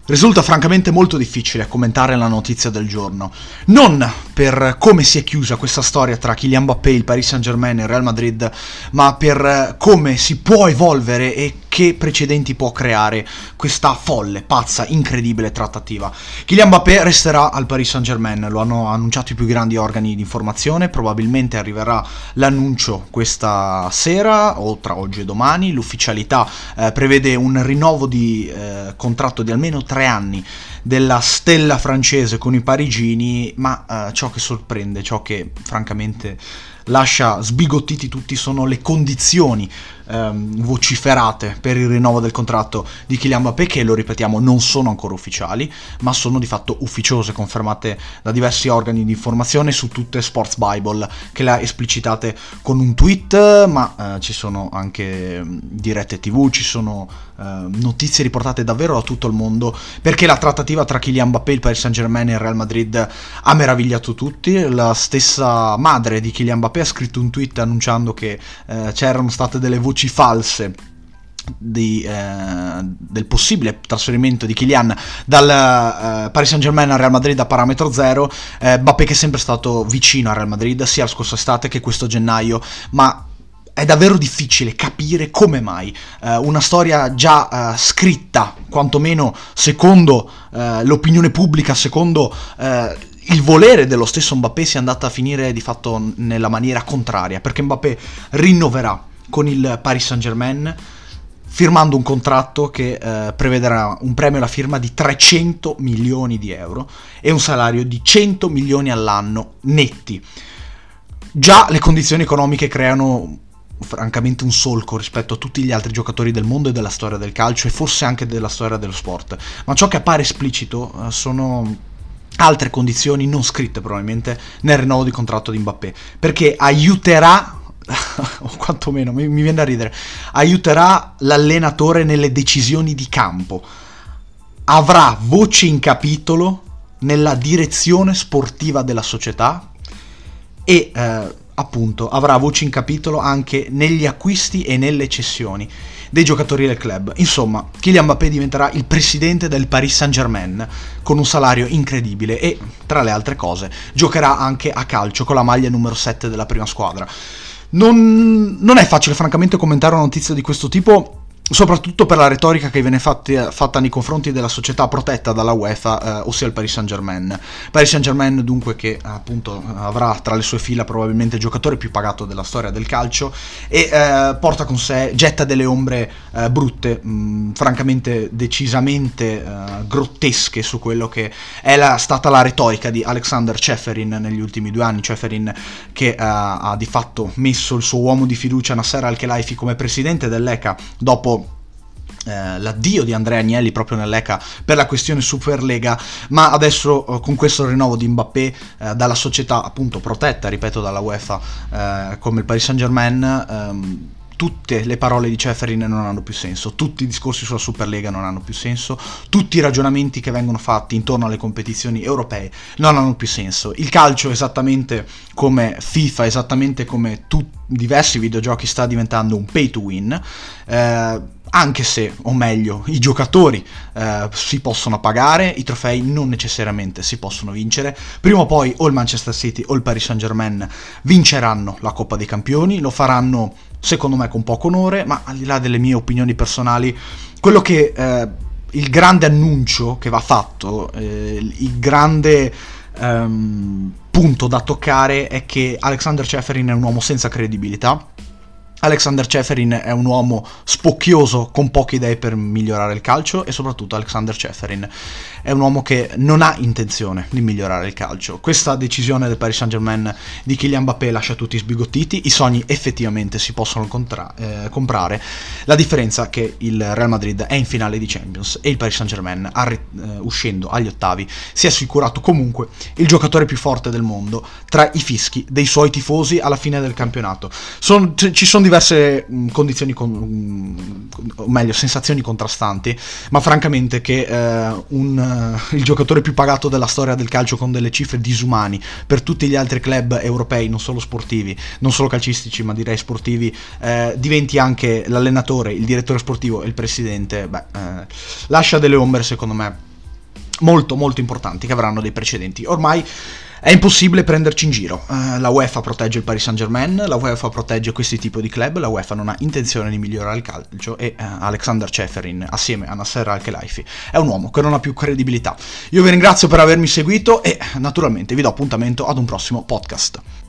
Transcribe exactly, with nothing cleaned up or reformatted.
Risulta francamente molto difficile commentare la notizia del giorno, non per come si è chiusa questa storia tra Kylian Mbappé, il Paris Saint-Germain e il Real Madrid, ma per come si può evolvere e che precedenti può creare questa folle, pazza, incredibile trattativa. Kylian Mbappé resterà al Paris Saint-Germain, lo hanno annunciato i più grandi organi di informazione, probabilmente arriverà l'annuncio questa sera o tra oggi e domani. L'ufficialità eh, prevede un rinnovo di eh, contratto di almeno tre anni della stella francese con i parigini, ma eh, ciò che sorprende, ciò che francamente lascia sbigottiti tutti sono le condizioni ehm, vociferate per il rinnovo del contratto di Kylian Mbappé, che, lo ripetiamo, non sono ancora ufficiali, ma sono di fatto ufficiose, confermate da diversi organi di informazione su tutte Sports Bible, che le ha esplicitate con un tweet, ma eh, ci sono anche dirette tv, ci sono eh, notizie riportate davvero da tutto il mondo, perché la trattativa tra Kylian Mbappé, il Paris Saint-Germain e il Real Madrid ha meravigliato tutti. La stessa madre di Kylian Mbappé ha scritto un tweet annunciando che eh, c'erano state delle voci false di, eh, del possibile trasferimento di Kylian dal eh, Paris Saint-Germain al Real Madrid a parametro zero. eh, Mbappé, che è sempre stato vicino al Real Madrid sia la scorsa estate che questo gennaio, ma è davvero difficile capire come mai eh, una storia già eh, scritta, quantomeno secondo eh, l'opinione pubblica, secondo eh, il volere dello stesso Mbappé, sia andata a finire di fatto nella maniera contraria, perché Mbappé rinnoverà con il Paris Saint-Germain firmando un contratto che eh, prevederà un premio alla firma di trecento milioni di euro e un salario di cento milioni all'anno netti. Già le condizioni economiche creano francamente un solco rispetto a tutti gli altri giocatori del mondo e della storia del calcio, e forse anche della storia dello sport, ma ciò che appare esplicito eh, sono altre condizioni non scritte probabilmente nel rinnovo di contratto di Mbappé, perché aiuterà o quantomeno mi, mi viene da ridere aiuterà l'allenatore nelle decisioni di campo, avrà voce in capitolo nella direzione sportiva della società e eh, appunto avrà voce in capitolo anche negli acquisti e nelle cessioni dei giocatori del club. Insomma, Kylian Mbappé diventerà il presidente del Paris Saint-Germain con un salario incredibile e, tra le altre cose, giocherà anche a calcio con la maglia numero sette della prima squadra. Non, non è facile francamente commentare una notizia di questo tipo, soprattutto per la retorica che viene fatti, fatta nei confronti della società protetta dalla UEFA, eh, ossia il Paris Saint-Germain. Paris Saint-Germain dunque che appunto avrà tra le sue fila probabilmente il giocatore più pagato della storia del calcio e eh, porta con sé, getta delle ombre eh, brutte, mh, francamente decisamente eh, grottesche su quello che è la, stata la retorica di Alexander Ceferin negli ultimi due anni. Ceferin che eh, ha di fatto messo il suo uomo di fiducia Nasser Al-Khelaifi come presidente dell'E C A dopo Eh, l'addio di Andrea Agnelli proprio nell'E C A per la questione Superlega, ma adesso eh, con questo rinnovo di Mbappé eh, dalla società appunto protetta, ripeto, dalla UEFA eh, come il Paris Saint-Germain, ehm, tutte le parole di Ceferin non hanno più senso, tutti i discorsi sulla Superlega non hanno più senso, tutti i ragionamenti che vengono fatti intorno alle competizioni europee non hanno più senso. Il calcio, esattamente come FIFA, esattamente come tutti diversi videogiochi, sta diventando un pay to win, eh, anche se, o meglio, i giocatori eh, si possono pagare, i trofei non necessariamente si possono vincere. Prima o poi o il Manchester City o il Paris Saint-Germain vinceranno la Coppa dei Campioni, lo faranno secondo me con poco onore, ma al di là delle mie opinioni personali, quello che eh, il grande annuncio che va fatto, eh, il grande ehm, punto da toccare è che Alexander Ceferin è un uomo senza credibilità. Alexander Ceferin è un uomo spocchioso con poche idee per migliorare il calcio, e soprattutto Alexander Ceferin è un uomo che non ha intenzione di migliorare il calcio. Questa decisione del Paris Saint-Germain di Kylian Mbappé lascia tutti sbigottiti. I sogni effettivamente si possono contra- eh, comprare, la differenza è che il Real Madrid è in finale di Champions e il Paris Saint-Germain, arri- eh, uscendo agli ottavi, si è assicurato comunque il giocatore più forte del mondo tra i fischi dei suoi tifosi alla fine del campionato. Son, c- ci sono diverse mh, condizioni, con, mh, o meglio sensazioni contrastanti, ma francamente che eh, un, uh, il giocatore più pagato della storia del calcio, con delle cifre disumani per tutti gli altri club europei, non solo sportivi, non solo calcistici, ma direi sportivi, eh, diventi anche l'allenatore, il direttore sportivo e il presidente, beh, eh, lascia delle ombre secondo me molto molto importanti che avranno dei precedenti. Ormai è impossibile prenderci in giro. Uh, la UEFA protegge il Paris Saint-Germain, la UEFA protegge questi tipi di club, la UEFA non ha intenzione di migliorare il calcio e uh, Alexander Ceferin assieme a Nasser Al-Khelaifi è un uomo che non ha più credibilità. Io vi ringrazio per avermi seguito e naturalmente vi do appuntamento ad un prossimo podcast.